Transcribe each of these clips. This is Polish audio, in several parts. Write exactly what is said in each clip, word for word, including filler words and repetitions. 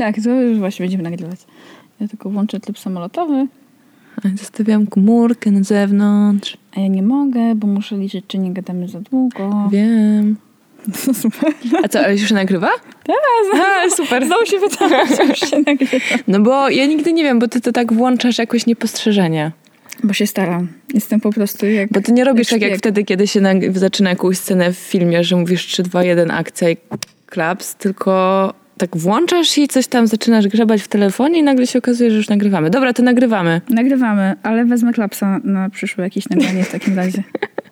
Tak, to już właśnie będziemy nagrywać. Ja tylko włączę tryb samolotowy. Zostawiam komórkę na zewnątrz. A ja nie mogę, bo muszę liczyć, czy nie gadamy za długo. Wiem. No super. A co, ale już się nagrywa? Tak, A, super. Znowu się pytałam, już się nagrywa. No bo ja nigdy nie wiem, bo ty to tak włączasz jakoś niepostrzeżenie. Bo się staram. Jestem po prostu jak... Bo ty nie robisz jak tak jak wtedy, kiedy się nag- zaczyna jakąś scenę w filmie, że mówisz trzy, dwa, jeden, akcja i klaps, tylko tak włączasz i coś tam zaczynasz grzebać w telefonie i nagle się okazuje, że już nagrywamy. Dobra, to nagrywamy. Nagrywamy, ale wezmę klapsa na przyszłe jakieś nagranie w takim razie.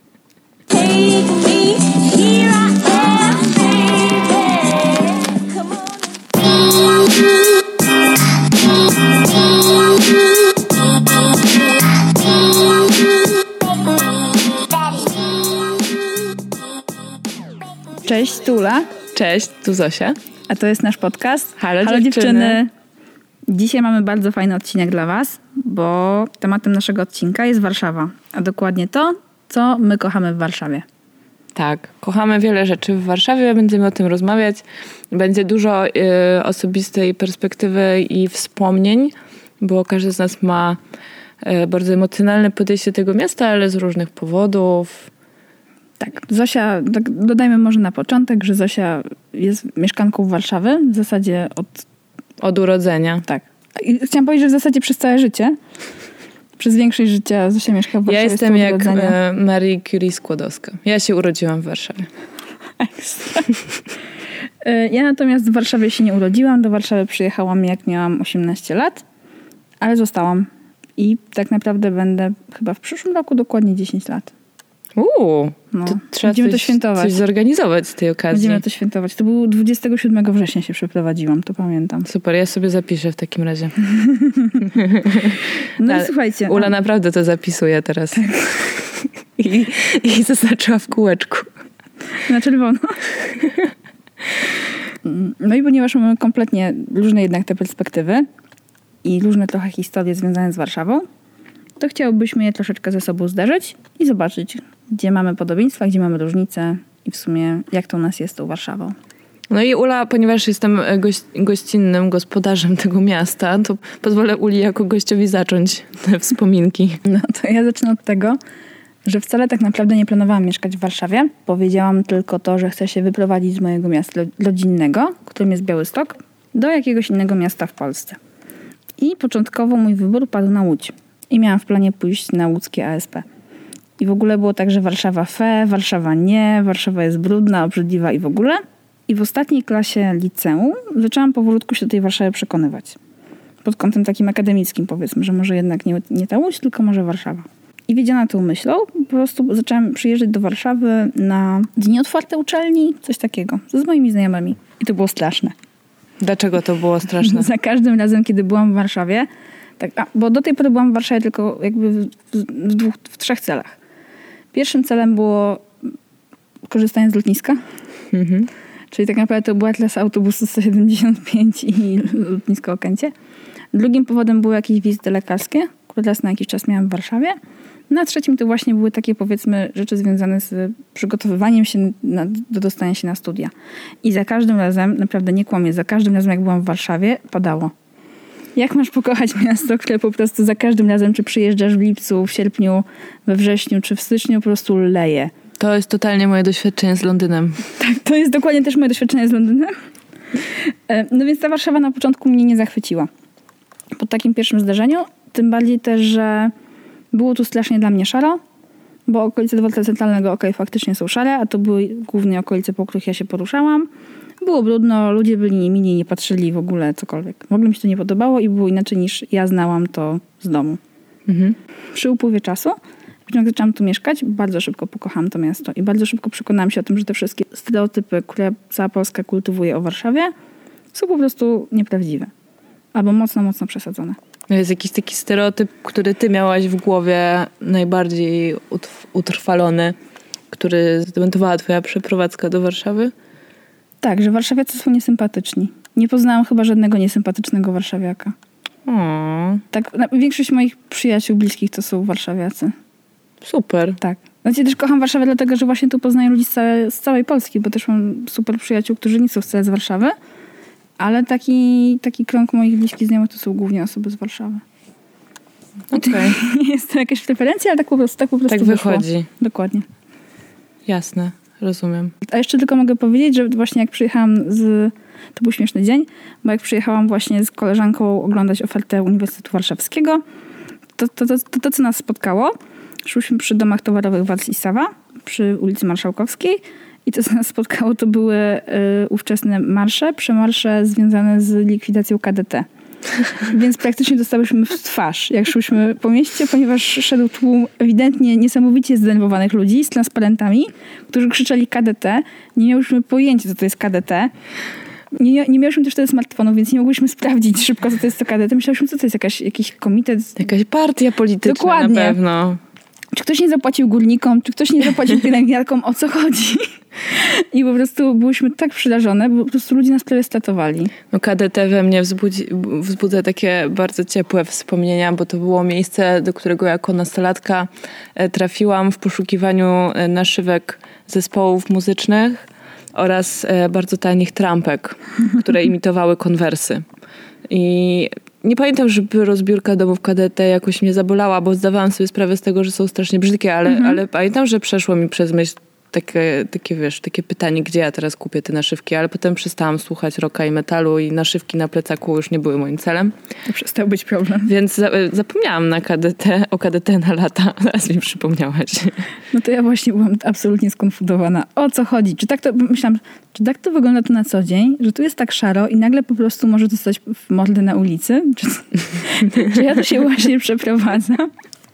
Cześć, Tula. Cześć, tu Zosia. A to jest nasz podcast. Halo, Halo dziewczyny. dziewczyny. Dzisiaj mamy bardzo fajny odcinek dla was, bo tematem naszego odcinka jest Warszawa. A dokładnie to, co my kochamy w Warszawie. Tak, kochamy wiele rzeczy w Warszawie, będziemy o tym rozmawiać. Będzie dużo y, osobistej perspektywy i wspomnień, bo każdy z nas ma y, bardzo emocjonalne podejście do tego miasta, ale z różnych powodów. Tak, Zosia, tak dodajmy może na początek, że Zosia jest mieszkanką Warszawy w zasadzie od... Od urodzenia. Tak. I chciałam powiedzieć, że w zasadzie przez całe życie. Przez większość życia Zosia mieszka w Warszawie. Ja jestem jak urodzenia. Marie Curie Skłodowska. Ja się urodziłam w Warszawie. Ja natomiast w Warszawie się nie urodziłam. Do Warszawy przyjechałam, jak miałam osiemnaście lat, ale zostałam. I tak naprawdę będę chyba w przyszłym roku dokładnie dziesięć lat. Uuu, No. to trzeba Będziemy coś, to świętować. coś zorganizować z tej okazji. Będziemy to świętować. To był dwudziestego siódmego września się przeprowadziłam, to pamiętam. Super, ja sobie zapiszę w takim razie. No Ale i słuchajcie. Ula a... naprawdę to zapisuje teraz. I, I zaznaczyła w kółeczku. Na czerwono. No i ponieważ mamy kompletnie różne jednak te perspektywy i różne trochę historie związane z Warszawą, to chciałbyśmy je troszeczkę ze sobą zderzyć i zobaczyć, gdzie mamy podobieństwa, gdzie mamy różnice i w sumie jak to u nas jest z tą Warszawą. No i Ula, ponieważ jestem gość, gościnnym gospodarzem tego miasta, to pozwolę Uli jako gościowi zacząć te wspominki. No to ja zacznę od tego, że wcale tak naprawdę nie planowałam mieszkać w Warszawie. Powiedziałam tylko to, że chcę się wyprowadzić z mojego miasta rodzinnego, którym jest Białystok, do jakiegoś innego miasta w Polsce. I początkowo mój wybór padł na Łódź. I miałam w planie pójść na łódzkie A S P. I w ogóle było tak, że Warszawa fe, Warszawa nie, Warszawa jest brudna, obrzydliwa i w ogóle. I w ostatniej klasie liceum zaczęłam powolutku się do tej Warszawy przekonywać. Pod kątem takim akademickim powiedzmy, że może jednak nie, nie ta Łódź, tylko może Warszawa. I wiedziana tą myślą, po prostu zaczęłam przyjeżdżać do Warszawy na dni otwarte uczelni, coś takiego, z moimi znajomymi. I to było straszne. Dlaczego to było straszne? Za każdym razem, kiedy byłam w Warszawie, tak, a, bo do tej pory byłam w Warszawie tylko jakby w, w, dwóch, w trzech celach. Pierwszym celem było korzystanie z lotniska. Mhm. Czyli tak naprawdę to była klasa autobusu sto siedemdziesiąt pięć i lotnisko Okęcie. Drugim powodem były jakieś wizyty lekarskie, które raz na jakiś czas miałam w Warszawie. Na trzecim to właśnie były takie, powiedzmy, rzeczy związane z przygotowywaniem się na, do dostania się na studia. I za każdym razem, naprawdę nie kłamię, za każdym razem jak byłam w Warszawie, padało. Jak masz pokochać miasto, które po prostu za każdym razem, czy przyjeżdżasz w lipcu, w sierpniu, we wrześniu, czy w styczniu, po prostu leje. To jest totalnie moje doświadczenie z Londynem. Tak, to jest dokładnie też moje doświadczenie z Londynem. No więc ta Warszawa na początku mnie nie zachwyciła. Po takim pierwszym zdarzeniu, tym bardziej też, że było tu strasznie dla mnie szaro, bo okolice dworca centralnego, okej, okay, faktycznie są szare, a to były głównie okolice, po których ja się poruszałam. Było brudno, ludzie byli niemili, nie patrzyli w ogóle cokolwiek. W ogóle mi się to nie podobało i było inaczej niż ja znałam to z domu. Mhm. Przy upływie czasu, jak zaczęłam tu mieszkać, bardzo szybko pokochałam to miasto i bardzo szybko przekonałam się o tym, że te wszystkie stereotypy, które cała Polska kultywuje o Warszawie, są po prostu nieprawdziwe. Albo mocno, mocno przesadzone. Jest jakiś taki stereotyp, który ty miałaś w głowie najbardziej utw- utrwalony, który zdementowała twoja przeprowadzka do Warszawy? Tak, że warszawiacy są niesympatyczni. Nie poznałam chyba żadnego niesympatycznego warszawiaka. O, Tak, większość moich przyjaciół bliskich to są warszawiacy. super. Tak. Znaczy też kocham Warszawę dlatego, że właśnie tu poznaję ludzi z całej, z całej Polski, bo też mam super przyjaciół, którzy nie są wcale z Warszawy, Ale taki, taki krąg moich bliskich znajomych to są głównie osoby z Warszawy. Okej. Okay. Nie jest to jakaś preferencja, ale tak po prostu tak po prostu Tak wyszło. wychodzi. Dokładnie. Jasne, rozumiem. A jeszcze tylko mogę powiedzieć, że właśnie jak przyjechałam z... To był śmieszny dzień, bo jak przyjechałam właśnie z koleżanką oglądać ofertę Uniwersytetu Warszawskiego, to to, to, to, to co nas spotkało, szłyśmy przy domach towarowych Warszawska przy ulicy Marszałkowskiej i to co nas spotkało to były y, ówczesne marsze, przemarsze związane z likwidacją K D T. Więc praktycznie dostałyśmy w twarz, jak szłyśmy po mieście, ponieważ szedł tłum ewidentnie niesamowicie zdenerwowanych ludzi z transparentami, którzy krzyczeli K D T. Nie miałyśmy pojęcia, co to jest K D T. Nie, nie miałyśmy też wtedy smartfonów, więc nie mogłyśmy sprawdzić szybko, co to jest to K D T. Myślałyśmy, co to jest jakaś, jakiś komitet. Jakaś partia polityczna. Dokładnie. Na pewno. Czy ktoś nie zapłacił górnikom, czy ktoś nie zapłacił pielęgniarkom, o co chodzi? I po prostu byłyśmy tak przerażone, bo po prostu ludzie nas prawie statowali. No K D T we mnie wzbudzi, wzbudza takie bardzo ciepłe wspomnienia, bo to było miejsce, do którego jako nastolatka trafiłam w poszukiwaniu naszywek zespołów muzycznych oraz bardzo tanich trampek, które imitowały konwersy. I nie pamiętam, żeby rozbiórka domów K D T jakoś mnie zabolała, bo zdawałam sobie sprawę z tego, że są strasznie brzydkie, ale, mhm. ale pamiętam, że przeszło mi przez myśl takie, takie, wiesz, takie pytanie, gdzie ja teraz kupię te naszywki, ale potem przestałam słuchać rocka i metalu i naszywki na plecaku już nie były moim celem. To przestał być problem. Więc za, zapomniałam na K D T, o K D T na lata. Teraz mi przypomniałaś. No to ja właśnie byłam absolutnie skonfundowana. O co chodzi? Czy tak to, myślałam, czy tak to wygląda tu na co dzień? Że tu jest tak szaro i nagle po prostu może dostać w mordę na ulicy? Czy, czy ja tu się właśnie przeprowadzam?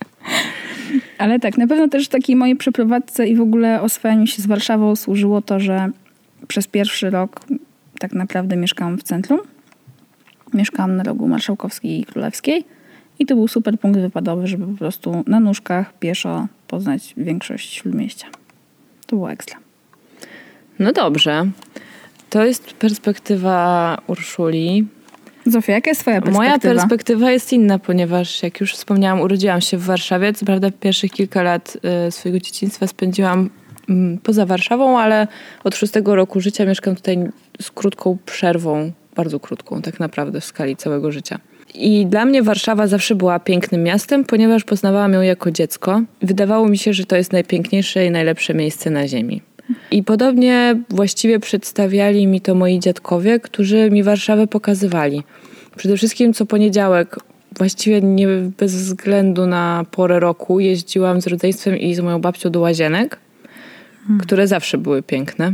Ale tak, na pewno też takiej mojej przeprowadzce i w ogóle oswajaniu się z Warszawą służyło to, że przez pierwszy rok tak naprawdę mieszkałam w centrum. Mieszkałam na rogu Marszałkowskiej i Królewskiej i to był super punkt wypadowy, żeby po prostu na nóżkach, pieszo poznać większość śródmieścia. To było ekstra. No dobrze. To jest perspektywa Urszuli. Zofia, jaka jest twoja perspektywa? Moja perspektywa jest inna, ponieważ jak już wspomniałam, urodziłam się w Warszawie. Co prawda pierwszych kilka lat y, swojego dzieciństwa spędziłam y, poza Warszawą, ale od szóstego roku życia mieszkam tutaj z krótką przerwą, bardzo krótką tak naprawdę w skali całego życia. I dla mnie Warszawa zawsze była pięknym miastem, ponieważ poznawałam ją jako dziecko. Wydawało mi się, że to jest najpiękniejsze i najlepsze miejsce na ziemi. I podobnie właściwie przedstawiali mi to moi dziadkowie, którzy mi Warszawę pokazywali. Przede wszystkim co poniedziałek, właściwie nie bez względu na porę roku, jeździłam z rodzeństwem i z moją babcią do Łazienek, hmm. które zawsze były piękne.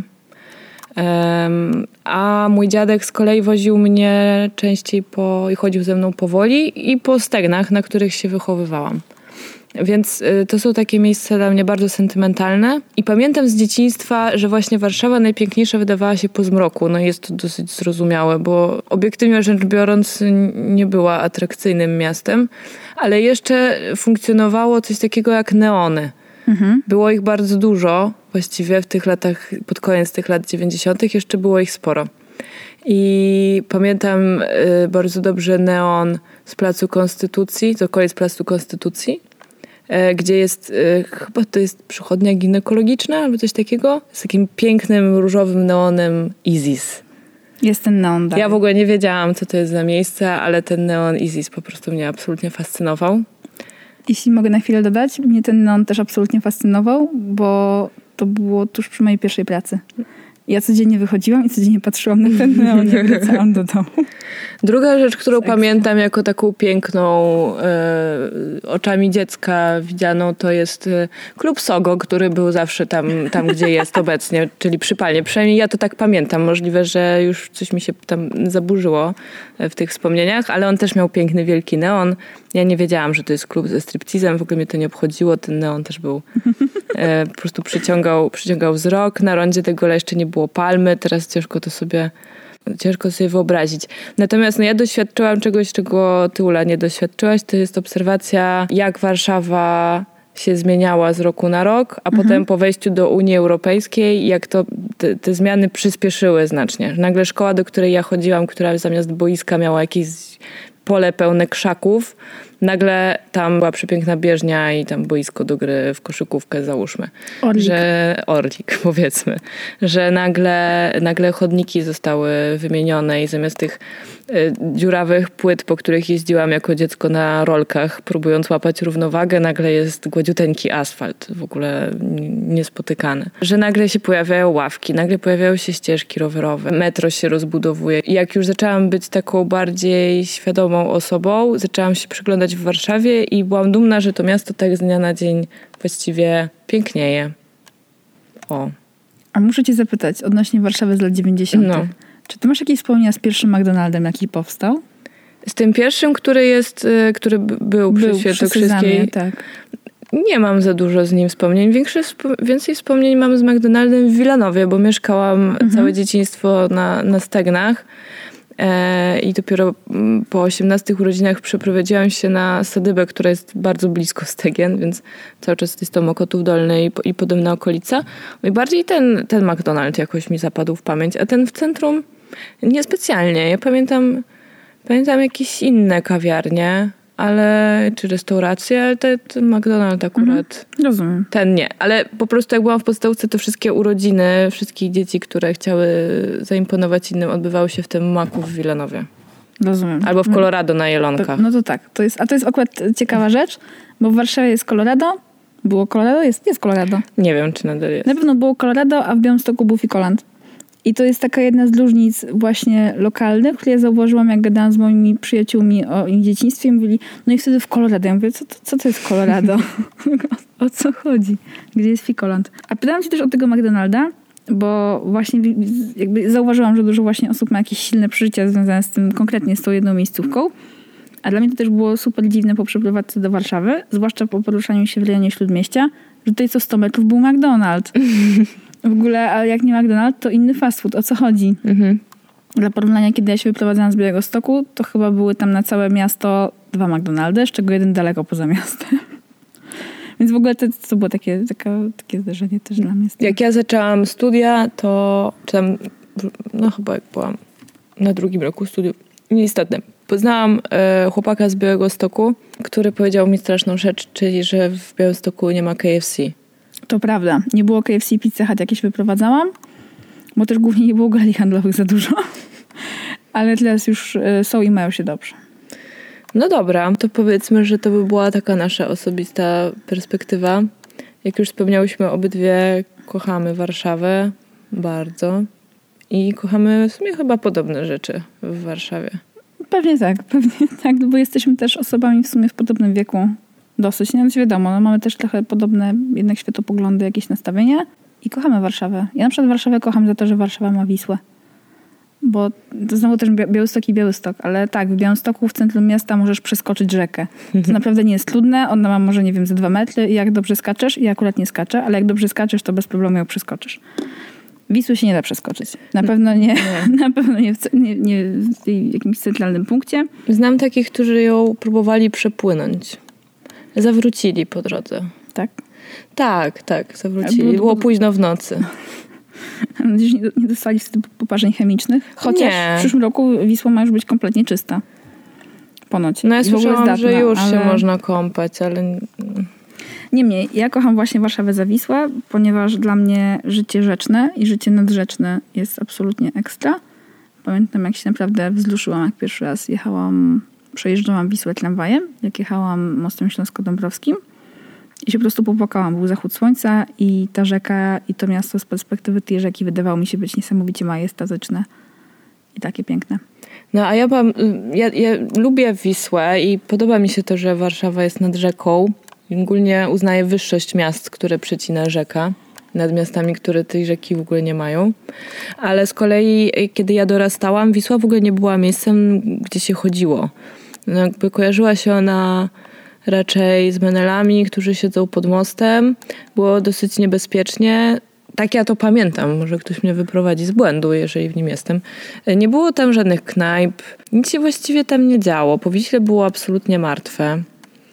Um, a mój dziadek z kolei woził mnie częściej po, i chodził ze mną powoli i po stegnach, na których się wychowywałam. Więc y, to są takie miejsca dla mnie bardzo sentymentalne. I pamiętam z dzieciństwa, że właśnie Warszawa najpiękniejsza wydawała się po zmroku. No jest to dosyć zrozumiałe, bo obiektywnie rzecz biorąc nie była atrakcyjnym miastem, ale jeszcze funkcjonowało coś takiego jak neony. Mhm. Było ich bardzo dużo, właściwie w tych latach, pod koniec tych lat dziewięćdziesiątych jeszcze było ich sporo. I pamiętam y, bardzo dobrze neon z Placu Konstytucji, z okolic Placu Konstytucji, y, gdzie jest, y, chyba to jest przychodnia ginekologiczna albo coś takiego, z takim pięknym, różowym neonem Isis. Jest ten neon dalej. Ja w ogóle nie wiedziałam, co to jest za miejsce, ale ten neon Isis po prostu mnie absolutnie fascynował. Jeśli mogę na chwilę dodać, mnie ten neon też absolutnie fascynował, bo to było tuż przy mojej pierwszej pracy. Ja codziennie wychodziłam i codziennie patrzyłam na ten neon, jak wracałam do domu. Druga rzecz, którą Seks. pamiętam jako taką piękną e, oczami dziecka widzianą, to jest e, klub Sogo, który był zawsze tam, tam, gdzie jest obecnie, czyli przy Palnie. Przynajmniej ja to tak pamiętam. Możliwe, że już coś mi się tam zaburzyło w tych wspomnieniach, ale on też miał piękny, wielki neon. Ja nie wiedziałam, że to jest klub ze striptizem, w ogóle mnie to nie obchodziło. Ten neon też był, e, po prostu przyciągał, przyciągał wzrok. Na rondzie tego jeszcze nie było palmy, teraz ciężko to sobie, ciężko sobie wyobrazić. Natomiast no, ja doświadczyłam czegoś, czego ty, Ula, nie doświadczyłaś. To jest obserwacja, jak Warszawa się zmieniała z roku na rok, a mhm. potem po wejściu do Unii Europejskiej, jak to te, te zmiany przyspieszyły znacznie. Nagle szkoła, do której ja chodziłam, która zamiast boiska miała jakieś pole pełne krzaków, nagle tam była przepiękna bieżnia i tam boisko do gry w koszykówkę, załóżmy. Orlik. Że Orlik, powiedzmy. Że nagle, nagle chodniki zostały wymienione i zamiast tych y, dziurawych płyt, po których jeździłam jako dziecko na rolkach, próbując łapać równowagę, nagle jest gładziuteńki asfalt, w ogóle niespotykany. Że nagle się pojawiają ławki, nagle pojawiają się ścieżki rowerowe, metro się rozbudowuje. I jak już zaczęłam być taką bardziej świadomą osobą, zaczęłam się przyglądać w Warszawie i byłam dumna, że to miasto tak z dnia na dzień właściwie pięknieje. O. A muszę cię zapytać odnośnie Warszawy z lat dziewięćdziesiątych. No. Czy ty masz jakieś wspomnienia z pierwszym McDonaldem, jaki powstał? Z tym pierwszym, który jest, który był przy Świętokrzyskiej. Tak. Nie mam za dużo z nim wspomnień. Większe, więcej wspomnień mam z McDonaldem w Wilanowie, bo mieszkałam mhm. całe dzieciństwo na, na Stegnach. E, I dopiero po osiemnastych urodzinach przeprowadziłam się na Sadybę, która jest bardzo blisko Stegien, więc cały czas jest to Mokotów Dolny i, i podobna okolica. I bardziej ten, ten McDonald jakoś mi zapadł w pamięć, a ten w centrum niespecjalnie. Ja pamiętam, pamiętam jakieś inne kawiarnie, ale czy restauracje, ale ten, ten McDonald's akurat. Mhm, rozumiem. Ten nie, ale po prostu jak byłam w podstawce, to wszystkie urodziny wszystkich dzieci, które chciały zaimponować innym, odbywały się w tym Maku w Wilanowie. Rozumiem. Albo w Colorado na Jelonkach. No to tak, to jest, a to jest akurat ciekawa rzecz, bo w Warszawie jest Colorado. Było Colorado? Jest, jest Colorado. Nie wiem, czy nadal jest. Na pewno było Colorado, a w Białymstoku był Fikoland. I to jest taka jedna z różnic właśnie lokalnych, które ja zauważyłam, jak gadałam z moimi przyjaciółmi o ich dzieciństwie i mówili, no i wtedy w Colorado. Ja mówię, co to, co to jest Colorado? O co chodzi? Gdzie jest Fikoland? A pytałam cię też o tego McDonalda, bo właśnie jakby zauważyłam, że dużo właśnie osób ma jakieś silne przeżycia związane z tym, konkretnie z tą jedną miejscówką. A dla mnie to też było super dziwne po przeprowadzce do Warszawy, zwłaszcza po poruszaniu się w rejonie Śródmieścia, że tutaj co sto metrów był McDonald's. W ogóle, ale jak nie McDonald's, to inny fast food. O co chodzi? Mhm. Dla porównania, kiedy ja się wyprowadzałam z Białegostoku, to chyba były tam na całe miasto dwa McDonaldy, z czego jeden daleko poza miastem. Więc w ogóle to, to było takie, taka, takie zdarzenie też dla mnie. Jak ja zaczęłam studia, to czy tam, no chyba jak byłam na drugim roku studiów, nieistotne. Poznałam e, chłopaka z Białegostoku, który powiedział mi straszną rzecz, czyli że w Białymstoku nie ma K F C. To prawda. Nie było K F C, Pizza Hut, jakieś wyprowadzałam, bo też głównie nie było gali handlowych za dużo. Ale teraz już są i mają się dobrze. No dobra, to powiedzmy, że to by była taka nasza osobista perspektywa. Jak już wspomniałyśmy, obydwie kochamy Warszawę bardzo i kochamy w sumie chyba podobne rzeczy w Warszawie. Pewnie tak, pewnie tak, bo jesteśmy też osobami w sumie w podobnym wieku. Dosyć, nie? No wiadomo, no mamy też trochę podobne jednak światopoglądy, jakieś nastawienia i kochamy Warszawę. Ja na przykład Warszawę kocham za to, że Warszawa ma Wisłę. Bo to znowu też Białystok i Białystok, ale tak, w Białymstoku w centrum miasta możesz przeskoczyć rzekę. To naprawdę nie jest trudne, ona ma może, nie wiem, ze dwa metry i jak dobrze skaczesz, i ja akurat nie skaczę, ale jak dobrze skaczesz, to bez problemu ją przeskoczysz. Wisły się nie da przeskoczyć. Na pewno nie, nie. Na pewno nie w, nie, nie w jakimś centralnym punkcie. Znam takich, którzy ją próbowali przepłynąć. Zawrócili po drodze. Tak? Tak, tak, zawrócili. Było, było późno w nocy. Mam nadzieję, że nie, nie dostali wtedy poparzeń chemicznych. Chociaż nie. W przyszłym roku Wisła ma już być kompletnie czysta. Ponoć. No ja słyszałam, zdatna, że już ale... się można kąpać, ale... Niemniej, ja kocham właśnie Warszawę za Wisłę, ponieważ dla mnie życie rzeczne i życie nadrzeczne jest absolutnie ekstra. Pamiętam, jak się naprawdę wzruszyłam, jak pierwszy raz jechałam, przejeżdżałam Wisłę tramwajem, jak jechałam mostem śląsko-dąbrowskim i się po prostu popłakałam. Był zachód słońca i ta rzeka i to miasto z perspektywy tej rzeki wydawało mi się być niesamowicie majestatyczne i takie piękne. No a ja mam, ja, ja lubię Wisłę i podoba mi się to, że Warszawa jest nad rzeką. Ogólnie uznaję wyższość miast, które przecina rzeka, nad miastami, które tej rzeki w ogóle nie mają. Ale z kolei, kiedy ja dorastałam, Wisła w ogóle nie była miejscem, gdzie się chodziło. No jakby kojarzyła się ona raczej z menelami, którzy siedzą pod mostem. Było dosyć niebezpiecznie. Tak ja to pamiętam. Może ktoś mnie wyprowadzi z błędu, jeżeli w nim jestem. Nie było tam żadnych knajp. Nic się właściwie tam nie działo. Po Wiśle było absolutnie martwe.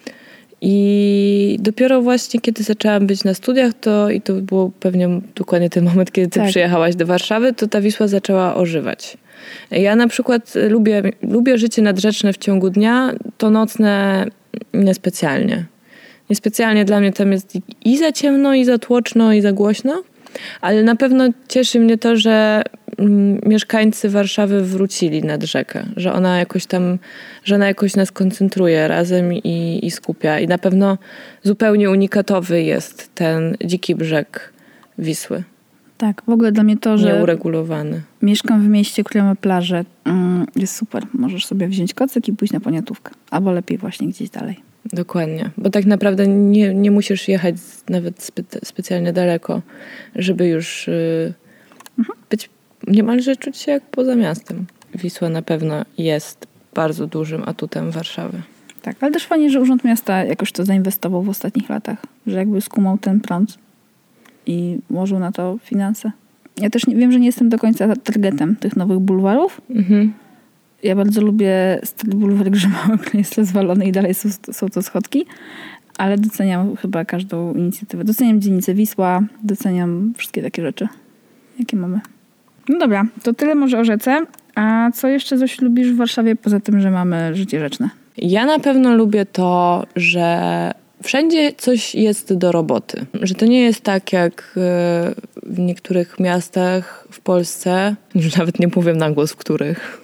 I dopiero właśnie kiedy zaczęłam być na studiach, to i to był pewnie dokładnie ten moment, kiedy ty tak. przyjechałaś do Warszawy, to ta Wisła zaczęła ożywać. Ja na przykład lubię, lubię życie nadrzeczne w ciągu dnia, to nocne niespecjalnie. Niespecjalnie dla mnie tam jest i za ciemno, i za tłoczno, i za głośno, ale na pewno cieszy mnie to, że mm, mieszkańcy Warszawy wrócili nad rzekę, że ona jakoś tam, że ona jakoś nas koncentruje razem i, i skupia. I na pewno zupełnie unikatowy jest ten dziki brzeg Wisły. Tak, w ogóle dla mnie to, że nieuregulowany. Mieszkam w mieście, które ma plażę, mm, jest super. Możesz sobie wziąć kocyk i pójść na poniatówkę. Albo lepiej właśnie gdzieś dalej. Dokładnie, bo tak naprawdę nie, nie musisz jechać nawet spe, specjalnie daleko, żeby już yy, mhm. być niemalże czuć się jak poza miastem. Wisła na pewno jest bardzo dużym atutem Warszawy. Tak, ale też fajnie, że Urząd Miasta jakoś to zainwestował w ostatnich latach, że jakby skumał ten prąd i włożył na to finanse. Ja też nie, wiem, że nie jestem do końca targetem tych nowych bulwarów. Mhm. Ja bardzo lubię Stary Bulwar Grzymowy, który jest rozwalony i dalej są, są to schodki, ale doceniam chyba każdą inicjatywę. Doceniam dzielnicę Wisła, doceniam wszystkie takie rzeczy, jakie mamy. No dobra, to tyle może o rzece. A co jeszcze coś lubisz w Warszawie, poza tym, że mamy życie rzeczne? Ja na pewno lubię to, że wszędzie coś jest do roboty. Że to nie jest tak jak w niektórych miastach w Polsce, już nawet nie powiem na głos w których,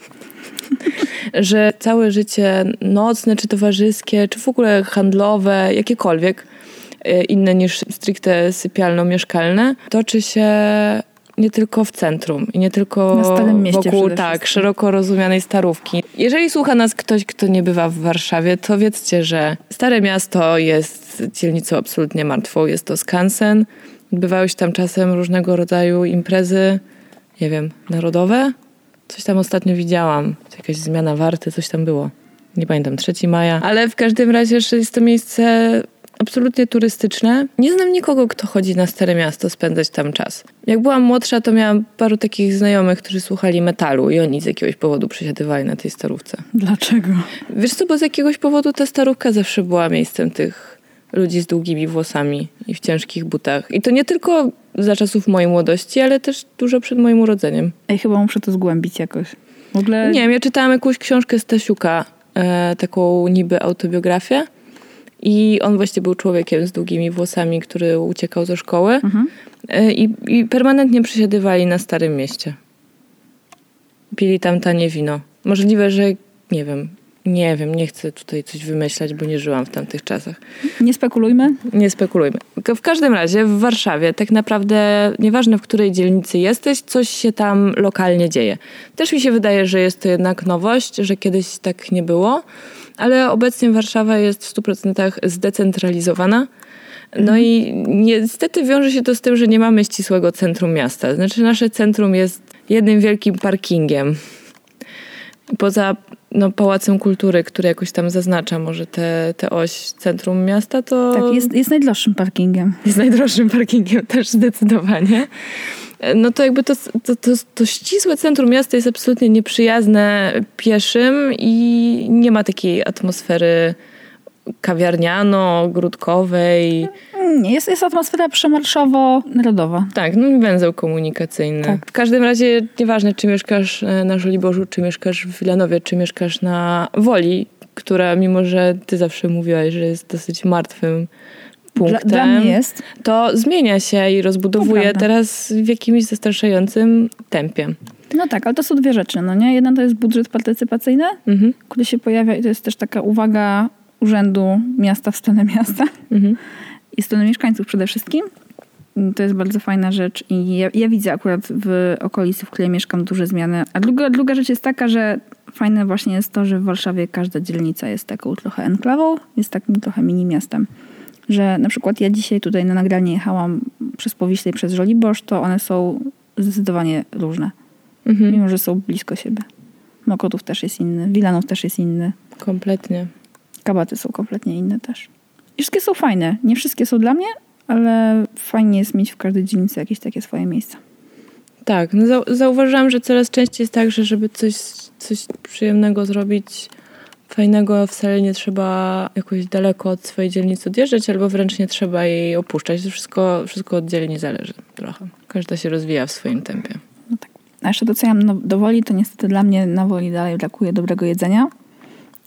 że całe życie nocne, czy towarzyskie, czy w ogóle handlowe, jakiekolwiek inne niż stricte sypialno-mieszkalne, toczy się nie tylko w centrum i nie tylko na Starym Mieście wokół tak szeroko rozumianej Starówki. Jeżeli słucha nas ktoś, kto nie bywa w Warszawie, to wiedzcie, że Stare Miasto jest dzielnicą absolutnie martwą. Jest to skansen. Odbywały się tam czasem różnego rodzaju imprezy, nie wiem, narodowe. Coś tam ostatnio widziałam. Jakaś zmiana warty, coś tam było. Nie pamiętam, trzeciego maja. Ale w każdym razie jest to miejsce absolutnie turystyczne. Nie znam nikogo, kto chodzi na Stare Miasto spędzać tam czas. Jak byłam młodsza, to miałam paru takich znajomych, którzy słuchali metalu i oni z jakiegoś powodu przesiadywali na tej Starówce. Dlaczego? Wiesz co, bo z jakiegoś powodu ta Starówka zawsze była miejscem tych ludzi z długimi włosami i w ciężkich butach. I to nie tylko za czasów mojej młodości, ale też dużo przed moim urodzeniem. Ej, chyba muszę to zgłębić jakoś. W ogóle... Nie wiem, ja czytałam jakąś książkę Stasiuka, e, taką niby autobiografię. I on właśnie był człowiekiem z długimi włosami, który uciekał ze szkoły. Mhm. I, I permanentnie przesiadywali na Starym Mieście. Pili tam tanie wino. Możliwe, że nie wiem, nie wiem, nie chcę tutaj coś wymyślać, bo nie żyłam w tamtych czasach. Nie spekulujmy? Nie spekulujmy. W każdym razie w Warszawie tak naprawdę, nieważne w której dzielnicy jesteś, coś się tam lokalnie dzieje. Też mi się wydaje, że jest to jednak nowość, że kiedyś tak nie było. Ale obecnie Warszawa jest w stu procentach zdecentralizowana. No i niestety wiąże się to z tym, że nie mamy ścisłego centrum miasta. Znaczy nasze centrum jest jednym wielkim parkingiem. Poza no, Pałacem Kultury, który jakoś tam zaznacza może tę te, te oś centrum miasta, to... Tak, jest, jest najdroższym parkingiem. Jest najdroższym parkingiem też zdecydowanie. No to jakby to, to, to, to ścisłe centrum miasta jest absolutnie nieprzyjazne pieszym i nie ma takiej atmosfery kawiarniano-ogródkowej. Nie, jest, jest atmosfera przemarszowo-narodowa. Tak, no węzeł komunikacyjny. Tak. W każdym razie nieważne, czy mieszkasz na Żoliborzu, czy mieszkasz w Wilanowie, czy mieszkasz na Woli, która mimo, że ty zawsze mówiłaś, że jest dosyć martwym punktem, dla, dla mnie jest. To zmienia się i rozbudowuje teraz w jakimś zastraszającym tempie. No tak, ale to są dwie rzeczy, no nie? Jedna to jest budżet partycypacyjny, mhm. który się pojawia i to jest też taka uwaga Urzędu Miasta w stronę miasta mhm. i w stronę mieszkańców przede wszystkim. To jest bardzo fajna rzecz i ja, ja widzę akurat w okolicy, w której mieszkam, duże zmiany. A druga, druga rzecz jest taka, że fajne właśnie jest to, że w Warszawie każda dzielnica jest taką trochę enklawą, jest takim trochę mini miastem. Że na przykład ja dzisiaj tutaj na nagranie jechałam przez Powiśle i przez Żoliborz, to one są zdecydowanie różne. Mhm. Mimo, że są blisko siebie. Mokotów też jest inny, Wilanów też jest inny. Kompletnie. Kabaty są kompletnie inne też. I wszystkie są fajne. Nie wszystkie są dla mnie, ale fajnie jest mieć w każdej dzielnicy jakieś takie swoje miejsca. Tak, no zau- zauważyłam, że coraz częściej jest tak, że żeby coś, coś przyjemnego zrobić, fajnego, wcale nie trzeba jakoś daleko od swojej dzielnicy odjeżdżać, albo wręcz nie trzeba jej opuszczać. To wszystko, wszystko od dzielni zależy trochę. Każda się rozwija w swoim tempie. No tak. A jeszcze doceniam no, do Woli, to niestety dla mnie na Woli dalej brakuje dobrego jedzenia.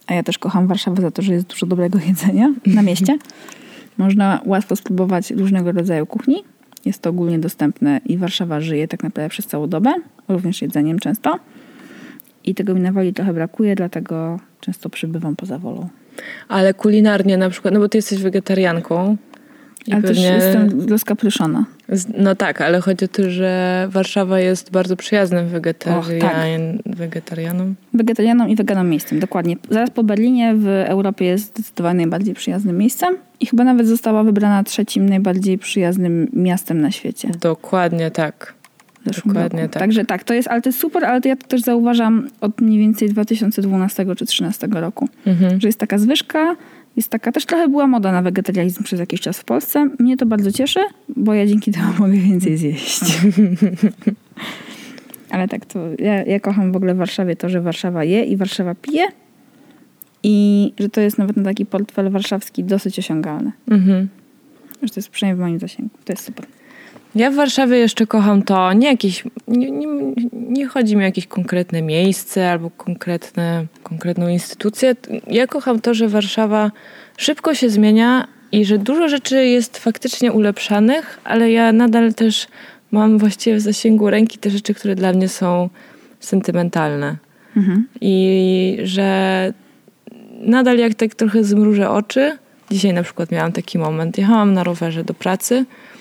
a ja też kocham Warszawę za to, że jest dużo dobrego jedzenia na mieście. Można łatwo spróbować różnego rodzaju kuchni. Jest to ogólnie dostępne i Warszawa żyje tak naprawdę przez całą dobę, również jedzeniem często. I tego mi na Woli trochę brakuje, dlatego często przybywam poza Wolą. Ale kulinarnie na przykład, no bo ty jesteś wegetarianką. I ale pewnie... też jestem rozkapryszona. No tak, ale chodzi o to, że Warszawa jest bardzo przyjaznym wegetarian... tak. wegetarianom. Wegetarianom i weganom miejscem, dokładnie. Zaraz po Berlinie w Europie jest zdecydowanie najbardziej przyjaznym miejscem i chyba nawet została wybrana trzecim najbardziej przyjaznym miastem na świecie. Dokładnie tak. Dokładnie roku. tak. Także tak, to jest, ale to jest super, ale to ja to też zauważam od mniej więcej dwa tysiące dwunastego czy dwa tysiące trzynastego roku, mhm. że jest taka zwyżka, jest taka, też trochę była moda na wegetarianizm przez jakiś czas w Polsce. Mnie to bardzo cieszy, bo ja dzięki temu mogę więcej zjeść. Ale tak, to ja, ja kocham w ogóle w Warszawie to, że Warszawa je i Warszawa pije i że to jest nawet na taki portfel warszawski dosyć osiągalny. Mhm. Że to jest przynajmniej w moim zasięgu. To jest super. Ja w Warszawie jeszcze kocham to, nie jakieś, nie, nie, nie chodzi mi o jakieś konkretne miejsce albo konkretne, konkretną instytucję. Ja kocham to, że Warszawa szybko się zmienia i że dużo rzeczy jest faktycznie ulepszanych, ale ja nadal też mam właściwie w zasięgu ręki te rzeczy, które dla mnie są sentymentalne. Mhm. I że nadal jak tak trochę zmrużę oczy, dzisiaj na przykład miałam taki moment, jechałam na rowerze do pracy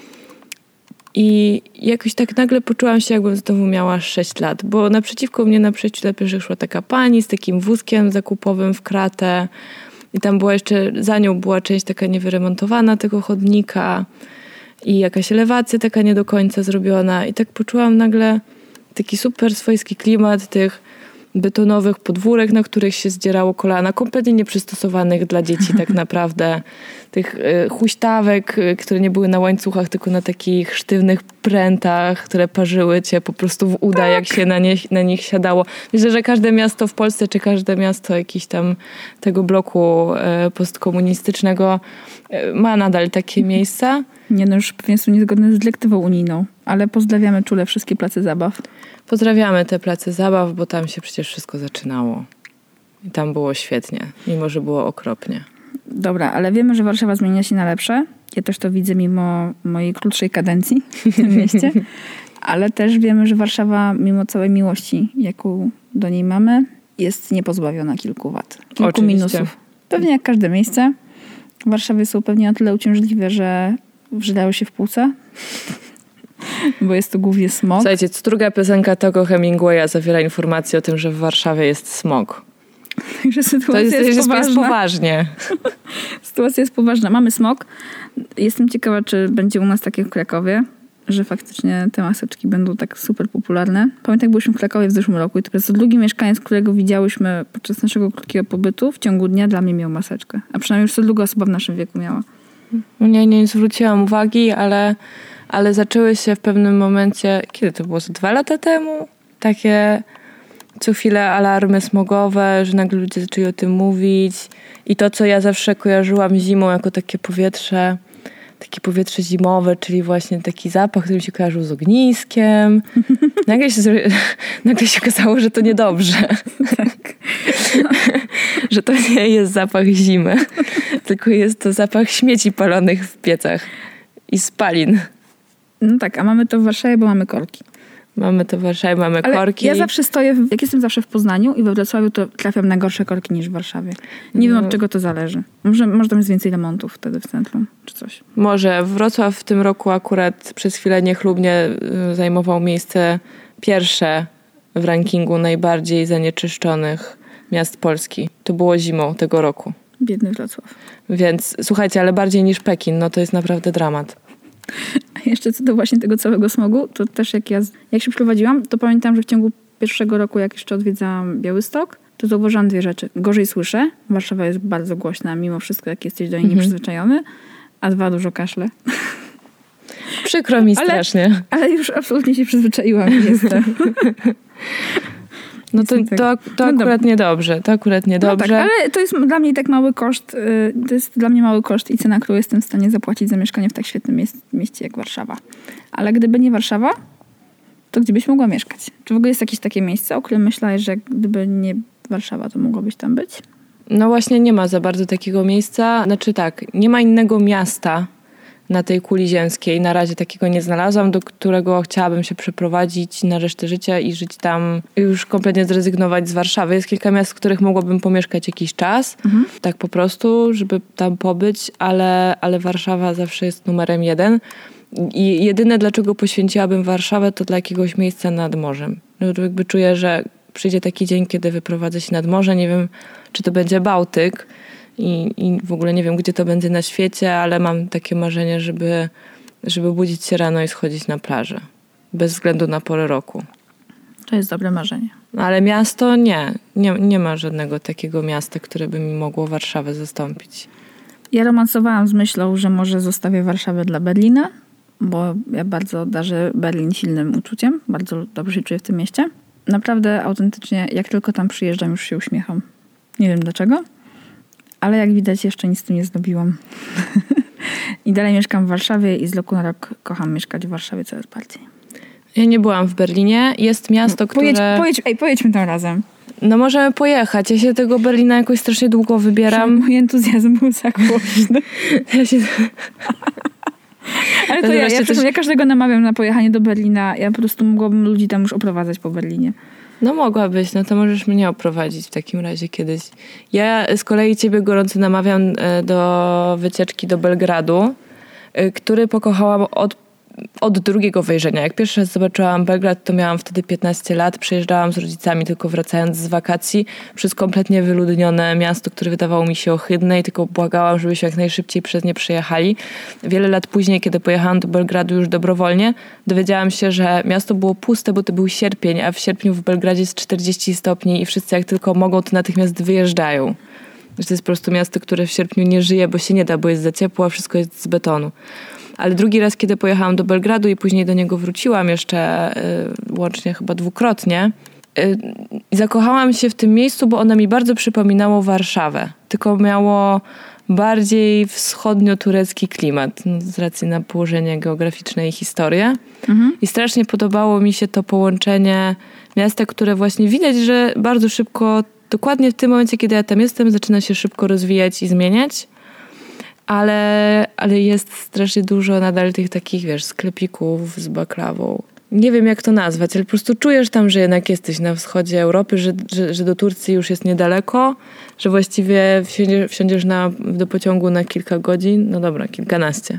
i jakoś tak nagle poczułam się, jakbym znowu miała sześć lat, bo naprzeciwko mnie na przejściu dla pieszych szła taka pani z takim wózkiem zakupowym w kratę i tam była jeszcze, za nią była część taka niewyremontowana tego chodnika i jakaś elewacja taka nie do końca zrobiona i tak poczułam nagle taki super swojski klimat tych betonowych podwórek, na których się zdzierało kolana, kompletnie nieprzystosowanych dla dzieci tak naprawdę. Tych y, huśtawek, y, które nie były na łańcuchach, tylko na takich sztywnych prętach, które parzyły cię po prostu w uda, tak. jak się na, nie, na nich siadało. Myślę, że każde miasto w Polsce, czy każde miasto jakiś tam tego bloku y, postkomunistycznego y, ma nadal takie miejsca. Nie no, już pewnie są niezgodne z dyrektywą unijną, ale pozdrawiamy czule wszystkie place zabaw. Pozdrawiamy te place zabaw, bo tam się przecież wszystko zaczynało. I tam było świetnie, mimo że było okropnie. Dobra, ale wiemy, że Warszawa zmienia się na lepsze. Ja też to widzę mimo mojej krótszej kadencji w tym mieście. Ale też wiemy, że Warszawa, mimo całej miłości, jaką do niej mamy, jest niepozbawiona kilku wad. Kilku Oczywiście. minusów. Pewnie jak każde miejsce. W Warszawie są pewnie o tyle uciążliwe, że wrzydają się w płuca. Bo jest to głównie smog. Słuchajcie, druga piosenka Togo Hemingwaya zawiera informację o tym, że w Warszawie jest smog. Także sytuacja to jest, jest, jest, poważna. jest poważnie. Sytuacja jest poważna. Mamy smog. Jestem ciekawa, czy będzie u nas takie w Krakowie, że faktycznie te maseczki będą tak super popularne. Pamiętam, jak byliśmy w Krakowie w zeszłym roku i to jest drugi mieszkaniec, którego widziałyśmy podczas naszego krótkiego pobytu w ciągu dnia dla mnie miał maseczkę. A przynajmniej już to druga osoba w naszym wieku miała. Nie, nie zwróciłam uwagi, ale, ale zaczęły się w pewnym momencie, kiedy to było, dwa lata temu? Takie co chwilę alarmy smogowe, że nagle ludzie zaczęli o tym mówić. I to, co ja zawsze kojarzyłam zimą jako takie powietrze, takie powietrze zimowe, czyli właśnie taki zapach, który mi się kojarzył z ogniskiem. Nagle się, nagle się okazało, że to niedobrze. Tak. No. Że to nie jest zapach zimy, tylko jest to zapach śmieci palonych w piecach i spalin. No tak, a mamy to w Warszawie, bo mamy korki. Mamy to w Warszawie, mamy ale korki. Ja zawsze stoję, w, jak jestem zawsze w Poznaniu i we Wrocławiu, to trafiam na gorsze korki niż w Warszawie. Nie no. wiem, od czego to zależy. Może, może tam jest więcej remontów wtedy w centrum, czy coś. Może. Wrocław w tym roku akurat przez chwilę niechlubnie zajmował miejsce pierwsze w rankingu najbardziej zanieczyszczonych miast Polski. To było zimą tego roku. Biedny Wrocław. Więc słuchajcie, ale bardziej niż Pekin, no to jest naprawdę dramat. A jeszcze co do właśnie tego całego smogu, to też jak ja, jak się przeprowadziłam, to pamiętam, że w ciągu pierwszego roku, jak jeszcze odwiedzałam Białystok, to zauważyłam dwie rzeczy. Gorzej słyszę. Warszawa jest bardzo głośna, mimo wszystko, jak jesteś do niej mhm. nieprzyzwyczajony. A dwa, dużo kaszle. Przykro mi ale, strasznie. Ale już absolutnie się przyzwyczaiłam i jestem. No to, to, to no akurat niedobrze. To akurat niedobrze. No tak, ale to jest dla mnie tak mały koszt. To jest dla mnie mały koszt i cena, którą jestem w stanie zapłacić za mieszkanie w tak świetnym mieście, mieście jak Warszawa. Ale gdyby nie Warszawa, to gdzie byś mogła mieszkać? Czy w ogóle jest jakieś takie miejsce, o którym myślałeś, że gdyby nie Warszawa, to mogłabyś tam być? No właśnie nie ma za bardzo takiego miejsca. Znaczy tak, nie ma innego miasta na tej kuli ziemskiej. Na razie takiego nie znalazłam, do którego chciałabym się przeprowadzić na resztę życia i żyć tam, już kompletnie zrezygnować z Warszawy. Jest kilka miast, w których mogłabym pomieszkać jakiś czas, mhm. tak po prostu, żeby tam pobyć, ale, ale Warszawa zawsze jest numerem jeden. I jedyne, dlaczego poświęciłabym Warszawę, to dla jakiegoś miejsca nad morzem. No, jakby czuję, że przyjdzie taki dzień, kiedy wyprowadzę się nad morze. Nie wiem, czy to będzie Bałtyk i, i w ogóle nie wiem, gdzie to będzie na świecie, ale mam takie marzenie, żeby, żeby budzić się rano i schodzić na plażę. Bez względu na porę roku. To jest dobre marzenie. Ale miasto nie. Nie, nie ma żadnego takiego miasta, które by mi mogło Warszawę zastąpić. Ja romansowałam z myślą, że może zostawię Warszawę dla Berlina, bo ja bardzo darzę Berlin silnym uczuciem. Bardzo dobrze się czuję w tym mieście. Naprawdę, autentycznie, jak tylko tam przyjeżdżam, już się uśmiecham. Nie wiem dlaczego, ale jak widać, jeszcze nic z tym nie zdobiłam. I dalej mieszkam w Warszawie i z roku na rok kocham mieszkać w Warszawie coraz bardziej. Ja nie byłam w Berlinie. Jest miasto, no, pojedź, które... Pojedź, ej, pojedźmy tam razem. No możemy pojechać. Ja się tego Berlina jakoś strasznie długo wybieram. Mój entuzjazm był za głośny. ja się... Ale to, to ja, ja, coś... ja każdego namawiam na pojechanie do Berlina. Ja po prostu mogłabym ludzi tam już oprowadzać po Berlinie. No mogłabyś, no to możesz mnie oprowadzić w takim razie kiedyś. Ja z kolei ciebie gorąco namawiam do wycieczki do Belgradu, który pokochałam od, od drugiego wejrzenia. Jak pierwszy raz zobaczyłam Belgrad, to miałam wtedy piętnaście lat. Przyjeżdżałam z rodzicami tylko wracając z wakacji przez kompletnie wyludnione miasto, które wydawało mi się ohydne i tylko błagałam, żebyśmy jak najszybciej przez nie przejechali. Wiele lat później, kiedy pojechałam do Belgradu już dobrowolnie, dowiedziałam się, że miasto było puste, bo to był sierpień, a w sierpniu w Belgradzie jest czterdzieści stopni i wszyscy jak tylko mogą, to natychmiast wyjeżdżają. Że to jest po prostu miasto, które w sierpniu nie żyje, bo się nie da, bo jest za ciepło, a wszystko jest z betonu. Ale drugi raz, kiedy pojechałam do Belgradu i później do niego wróciłam jeszcze y, łącznie chyba dwukrotnie, y, zakochałam się w tym miejscu, bo ono mi bardzo przypominało Warszawę. Tylko miało bardziej wschodnio-turecki klimat no, z racji na położenie geograficzne i historię. Mhm. I strasznie podobało mi się to połączenie miasta, które właśnie widać, że bardzo szybko, dokładnie w tym momencie, kiedy ja tam jestem, zaczyna się szybko rozwijać i zmieniać. Ale, ale jest strasznie dużo nadal tych takich, wiesz, sklepików z baklawą. Nie wiem, jak to nazwać, ale po prostu czujesz tam, że jednak jesteś na wschodzie Europy, że, że, że do Turcji już jest niedaleko, że właściwie wsiądziesz, wsiądziesz na, do pociągu na kilka godzin, no dobra, kilkanaście.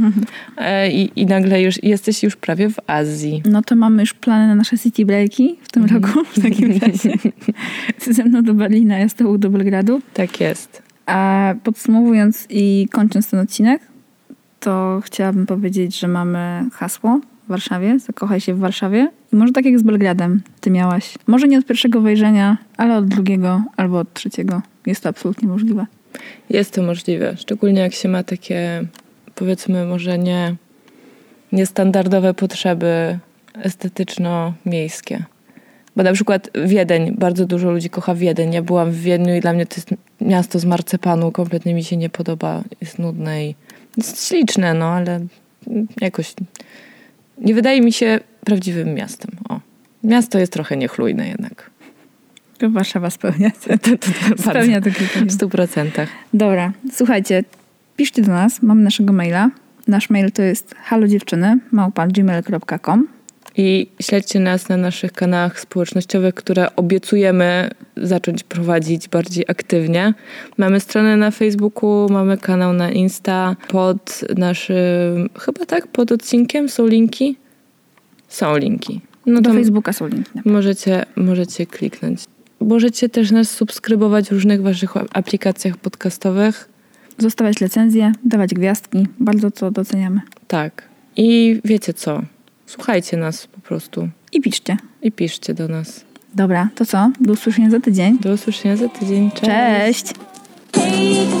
I, i nagle już jesteś już prawie w Azji. No to mamy już plany na nasze city breaki w tym roku, w takim razie. Ze mną do Berlina, ja z tobą do Belgradu. Tak jest. A podsumowując i kończąc ten odcinek, to chciałabym powiedzieć, że mamy hasło w Warszawie, zakochaj się w Warszawie. I może tak jak z Belgradem ty miałaś. Może nie od pierwszego wejrzenia, ale od drugiego albo od trzeciego. Jest to absolutnie możliwe. Jest to możliwe. Szczególnie jak się ma takie, powiedzmy, może nie niestandardowe potrzeby estetyczno-miejskie. Bo na przykład Wiedeń, bardzo dużo ludzi kocha Wiedeń. Ja byłam w Wiedniu i dla mnie to jest miasto z marcepanu. Kompletnie mi się nie podoba. Jest nudne i jest śliczne, no ale jakoś nie wydaje mi się prawdziwym miastem. O. Miasto jest trochę niechlujne jednak. To Warszawa spełnia. To, to, to spełnia to kryterium. W stu procentach. Dobra, słuchajcie, piszcie do nas, mamy naszego maila. Nasz mail to jest halodziewczyny małpa gmail kropka com. I śledźcie nas na naszych kanałach społecznościowych, które obiecujemy zacząć prowadzić bardziej aktywnie. Mamy stronę na Facebooku, mamy kanał na Insta. Pod naszym, chyba tak, pod odcinkiem są linki? Są linki. No do Facebooka są linki. Możecie, możecie kliknąć. Możecie też nas subskrybować w różnych waszych aplikacjach podcastowych. Zostawiać recenzje, dawać gwiazdki. Bardzo to doceniamy. Tak. I wiecie co? Słuchajcie nas po prostu. I piszcie. I piszcie do nas. Dobra, to co? Do usłyszenia za tydzień. Do usłyszenia za tydzień. Cześć! Cześć.